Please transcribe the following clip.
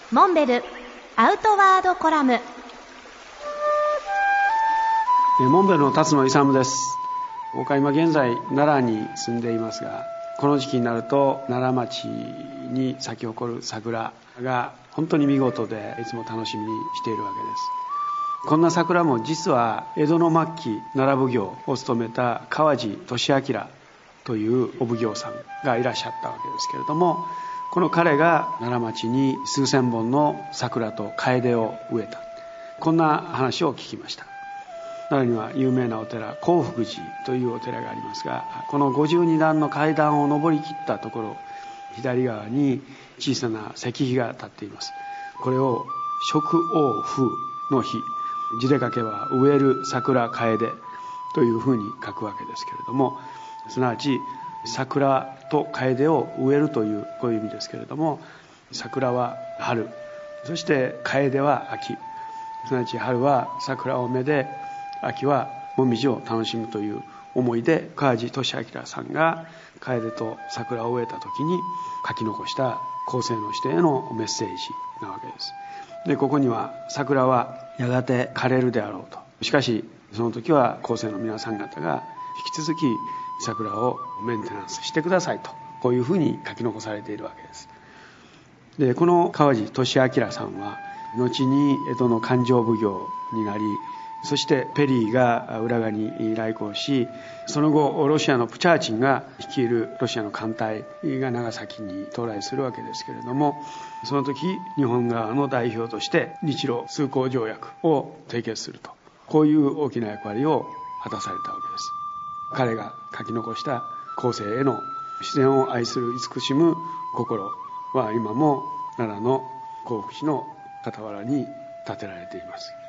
モンベルアウトワードコラム。 モンベルの辰野勇です。僕は今現在奈良に住んでいますが、この時期になると奈良町に咲き誇る桜が本当に見事で、いつも楽しみにしているわけです。こんな桜も実は江戸の末期奈良奉行を務めた川路俊明というお奉行さんがいらっしゃったわけですけれども、この彼が奈良町に数千本の桜と楓を植えた、こんな話を聞きました。奈良には有名なお寺、興福寺というお寺がありますが、この52段の階段を上り切ったところ、左側に小さな石碑が立っています。これを食王風の碑、字で書けば植える桜楓というふうに書くわけですけれども、すなわち桜と楓を植えるというこういう意味ですけれども、桜は春、そして楓は秋、すなわち春は桜をめで、秋は紅葉を楽しむという思いで、川路俊明さんが楓と桜を植えた時に書き残した後世の人へのメッセージなわけです。で、ここには桜はやがて枯れるであろうと、しかしその時は後世の皆さん方が引き続き桜をメンテナンスしてくださいと、こういうふうに書き残されているわけです。で、この川路俊明さんは後に江戸の勘定奉行になり、そしてペリーが浦賀に来航し、その後ロシアのプチャーチンが率いるロシアの艦隊が長崎に到来するわけですけれども、その時日本側の代表として日露崇高条約を締結すると、こういう大きな役割を果たされたわけです。彼が書き残した後世への自然を愛する慈しむ心は今も奈良の興福寺の傍らに建てられています。